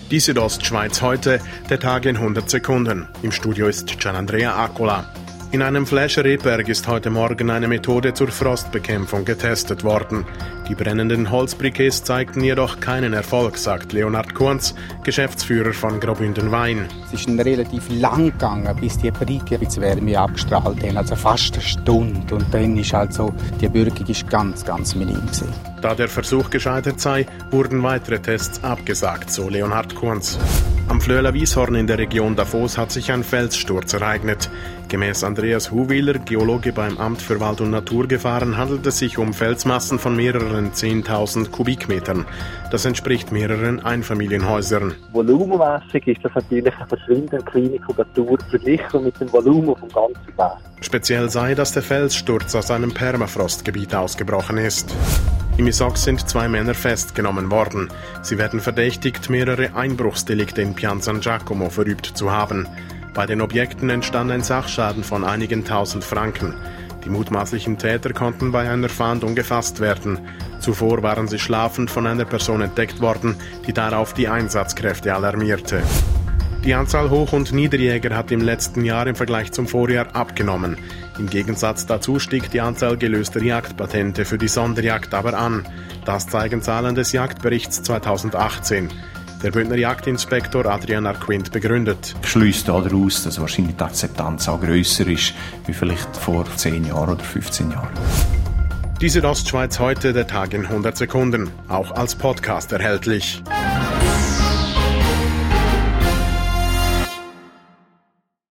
Die Südostschweiz heute, der Tag in 100 Sekunden. Im Studio ist Gianandrea Accola. In einem Fläscher Rebberg ist heute Morgen eine Methode zur Frostbekämpfung getestet worden. Die brennenden Holzbriketts zeigten jedoch keinen Erfolg, sagt Leonhard Kunz, Geschäftsführer von Graubünden Wein. Es ist relativ lang gegangen, bis die Briketts Wärme abgestrahlt haben, also fast eine Stunde. Und dann ist halt so, die Wirkung ist ganz minim gewesen. Da der Versuch gescheitert sei, wurden weitere Tests abgesagt, so Leonhard Kunz. Am Flöela-Wieshorn in der Region Davos hat sich ein Felssturz ereignet. Gemäß Andreas Huwiler, Geologe beim Amt für Wald- und Naturgefahren, handelt es sich um Felsmassen von mehreren 10.000 Kubikmetern. Das entspricht mehreren Einfamilienhäusern. Volumenmässig ist das natürlich eine verschwindend kleine Kubatur verglichen mit dem Volumen vom ganzen Berg. Speziell sei, dass der Felssturz aus einem Permafrostgebiet ausgebrochen ist. Im Isok sind 2 Männer festgenommen worden. Sie werden verdächtigt, mehrere Einbruchsdelikte in Pian San Giacomo verübt zu haben. Bei den Objekten entstand ein Sachschaden von einigen tausend Franken. Die mutmaßlichen Täter konnten bei einer Fahndung gefasst werden. Zuvor waren sie schlafend von einer Person entdeckt worden, die darauf die Einsatzkräfte alarmierte. Die Anzahl Hoch- und Niederjäger hat im letzten Jahr im Vergleich zum Vorjahr abgenommen. Im Gegensatz dazu stieg die Anzahl gelöster Jagdpatente für die Sonderjagd aber an. Das zeigen Zahlen des Jagdberichts 2018. Der Bündner Jagdinspektor Adrian Arquint begründet. Ich schliesse daraus, dass wahrscheinlich die Akzeptanz auch grösser ist, wie vielleicht vor 10 Jahren oder 15 Jahren. Die Südostschweiz heute, der Tag in 100 Sekunden, auch als Podcast erhältlich.